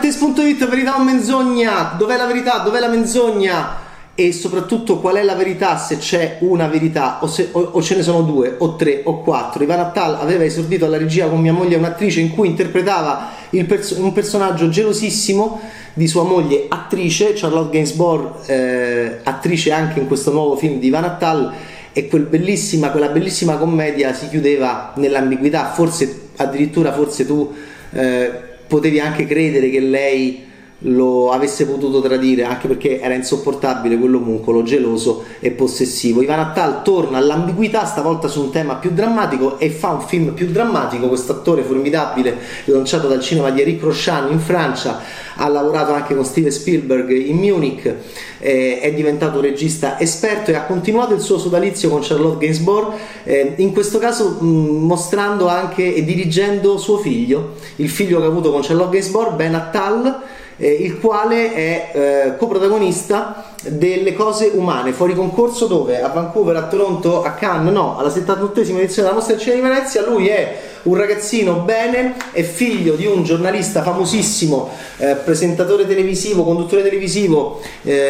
Test.it, verità o menzogna? Dov'è la verità? Dov'è la menzogna? E soprattutto qual è la verità, se c'è una verità o ce ne sono due o tre o quattro. Ivan Attal aveva esordito alla regia con Mia moglie, un'attrice, in cui interpretava un personaggio gelosissimo di sua moglie, attrice Charlotte Gainsbourg, attrice anche in questo nuovo film di Ivan Attal, e quella bellissima commedia si chiudeva nell'ambiguità. Forse tu potevi anche credere che lei lo avesse potuto tradire, anche perché era insopportabile quell'omuncolo geloso e possessivo. Ivan Attal torna all'ambiguità, stavolta su un tema più drammatico, e fa un film più drammatico. Questo attore formidabile, lanciato dal cinema di Eric Rochon in Francia, ha lavorato anche con Steven Spielberg in Munich, è diventato un regista esperto e ha continuato il suo sodalizio con Charlotte Gainsbourg, in questo caso mostrando anche e dirigendo suo figlio, il figlio che ha avuto con Charlotte Gainsbourg, Ben Attal, il quale è coprotagonista delle Cose Umane, fuori concorso dove? A Vancouver, a Toronto, a Cannes, no, alla 78esima edizione della Mostra del Cinema di Venezia. Lui è un ragazzino bene, è figlio di un giornalista famosissimo, presentatore televisivo, conduttore televisivo,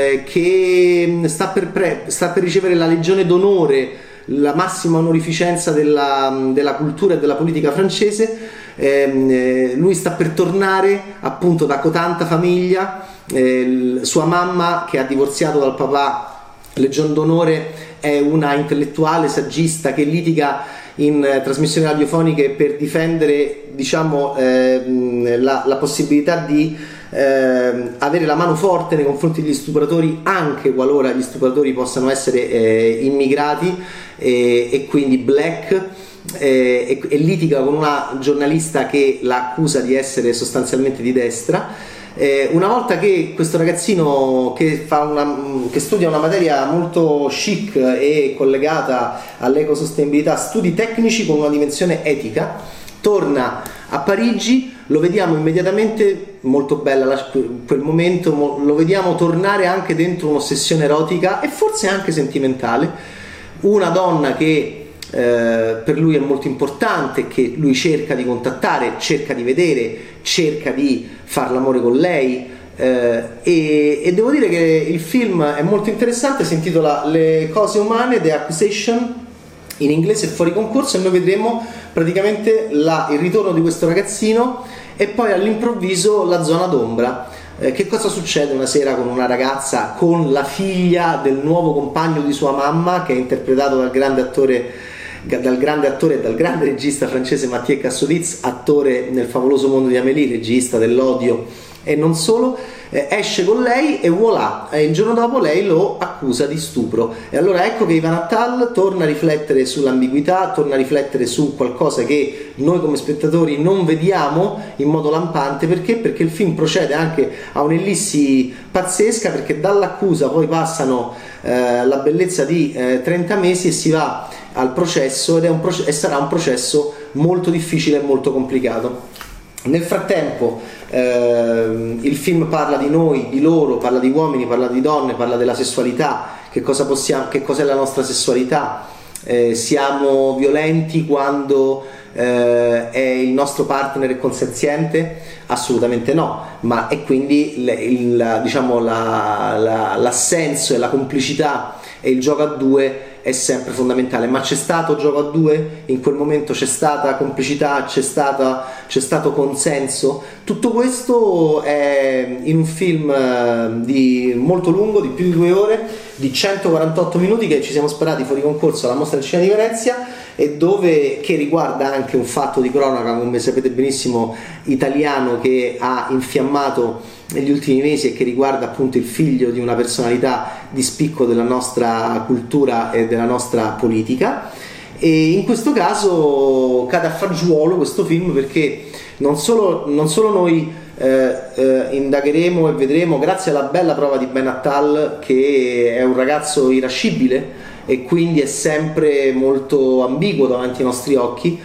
che sta per ricevere la Legione d'Onore, la massima onorificenza della cultura e della politica francese. Lui sta per tornare appunto da cotanta famiglia, sua mamma, che ha divorziato dal papà, Legion d'Onore, è una intellettuale saggista che litiga in trasmissioni radiofoniche per difendere, diciamo, la possibilità di avere la mano forte nei confronti degli stupratori, anche qualora gli stupratori possano essere immigrati e quindi black. E litiga con una giornalista che la accusa di essere sostanzialmente di destra. Una volta che questo ragazzino che studia una materia molto chic e collegata all'ecosostenibilità, studi tecnici con una dimensione etica, torna a Parigi, lo vediamo immediatamente, molto bella quel momento, lo vediamo tornare anche dentro un'ossessione erotica e forse anche sentimentale. Una donna che per lui è molto importante, che lui cerca di contattare, cerca di vedere, cerca di far l'amore con lei, e devo dire che il film è molto interessante. Si intitola Le Cose Umane, The Accusation, in inglese è fuori concorso, e noi vedremo praticamente il ritorno di questo ragazzino e poi all'improvviso la zona d'ombra. Che cosa succede una sera con una ragazza, con la figlia del nuovo compagno di sua mamma, che è interpretato dal grande attore e dal grande regista francese Mathieu Kassovitz, attore nel Favoloso mondo di Amélie, regista dell'Odio e non solo. Esce con lei e voilà, il giorno dopo lei lo accusa di stupro, e allora ecco che Ivan Attal torna a riflettere sull'ambiguità, torna a riflettere su qualcosa che noi come spettatori non vediamo in modo lampante. Perché il film procede anche a un'ellissi pazzesca, perché dall'accusa poi passano la bellezza di 30 mesi e si va al processo, e sarà un processo molto difficile e molto complicato. Nel frattempo il film parla di noi, di loro, parla di uomini, parla di donne, parla della sessualità, che cos'è la nostra sessualità, siamo violenti quando il nostro partner è consenziente? Assolutamente no, ma è quindi l'assenso e la complicità e il gioco a due è sempre fondamentale. Ma c'è stato gioco a due? In quel momento c'è stata complicità, c'è stato consenso? Tutto questo è in un film molto lungo, di più di 2 ore, di 148 minuti, che ci siamo sparati fuori concorso alla Mostra del Cinema di Venezia, e che riguarda anche un fatto di cronaca, come sapete benissimo, italiano, che ha infiammato negli ultimi mesi, e che riguarda appunto il figlio di una personalità di spicco della nostra cultura e della nostra politica. E in questo caso cade a fagiolo questo film, perché non solo noi indagheremo e vedremo, grazie alla bella prova di Ben Attal, che è un ragazzo irascibile e quindi è sempre molto ambiguo davanti ai nostri occhi,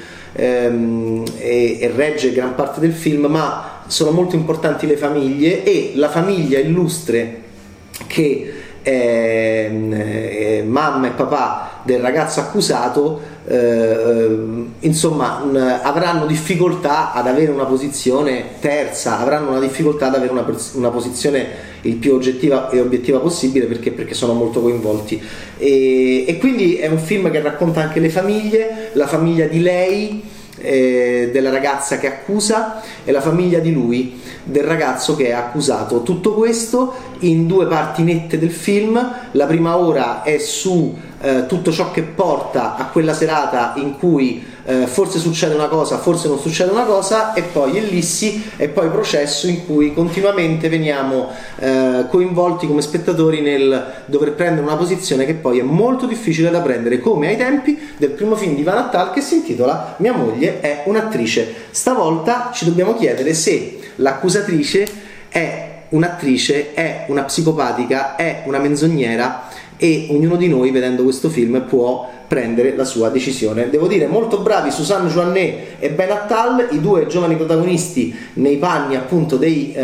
e regge gran parte del film, ma sono molto importanti le famiglie, e la famiglia illustre che è mamma e papà del ragazzo accusato insomma avranno difficoltà ad avere una posizione terza, avranno una difficoltà ad avere una posizione il più oggettiva e obiettiva possibile, perché sono molto coinvolti, e quindi è un film che racconta anche le famiglie, la famiglia di lei, della ragazza che accusa, e la famiglia di lui, del ragazzo che è accusato. Tutto questo in due parti nette del film. La prima ora è su tutto ciò che porta a quella serata in cui forse succede una cosa, forse non succede una cosa, e poi ellissi, e poi processo in cui continuamente veniamo coinvolti come spettatori nel dover prendere una posizione che poi è molto difficile da prendere, come ai tempi del primo film di Ivan Attal che si intitola Mia moglie è un'attrice. Stavolta ci dobbiamo chiedere se l'accusatrice è un'attrice, è una psicopatica, è una menzognera, e ognuno di noi vedendo questo film può prendere la sua decisione. Devo dire, molto bravi Suzanne Joannet e Ben Attal, i due giovani protagonisti nei panni appunto degli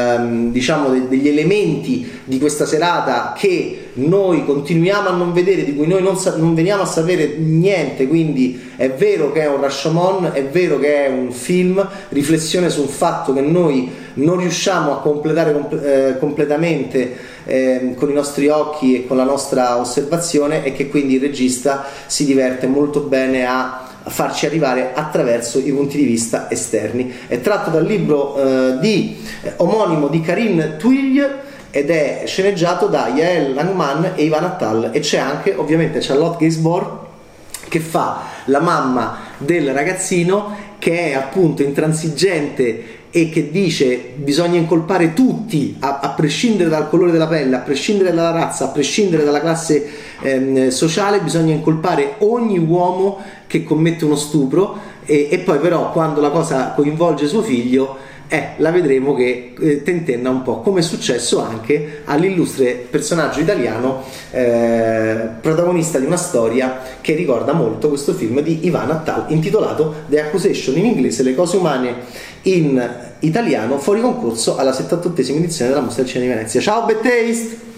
elementi di questa serata che noi continuiamo a non vedere, di cui noi non veniamo a sapere niente. Quindi è vero che è un Rashomon, è vero che è un film, riflessione su un fatto che noi non riusciamo a completare completamente con i nostri occhi e con la nostra osservazione, e che quindi il regista si diverte molto bene a farci arrivare attraverso i punti di vista esterni. È tratto dal libro omonimo di Karine Twilj ed è sceneggiato da Yael Langman e Ivan Attal, e c'è anche ovviamente Charlotte Gainsbourg che fa la mamma del ragazzino, che è appunto intransigente e che dice bisogna incolpare tutti, a prescindere dal colore della pelle, a prescindere dalla razza, a prescindere dalla classe sociale, bisogna incolpare ogni uomo che commette uno stupro, e poi però quando la cosa coinvolge suo figlio la vedremo che tentenna un po', come è successo anche all'illustre personaggio italiano protagonista di una storia che ricorda molto questo film di Ivan Attal intitolato The Accusation, in inglese Le cose umane, in italiano fuori concorso alla 78esima edizione della Mostra del Cinema di Venezia. Ciao Bad Taste!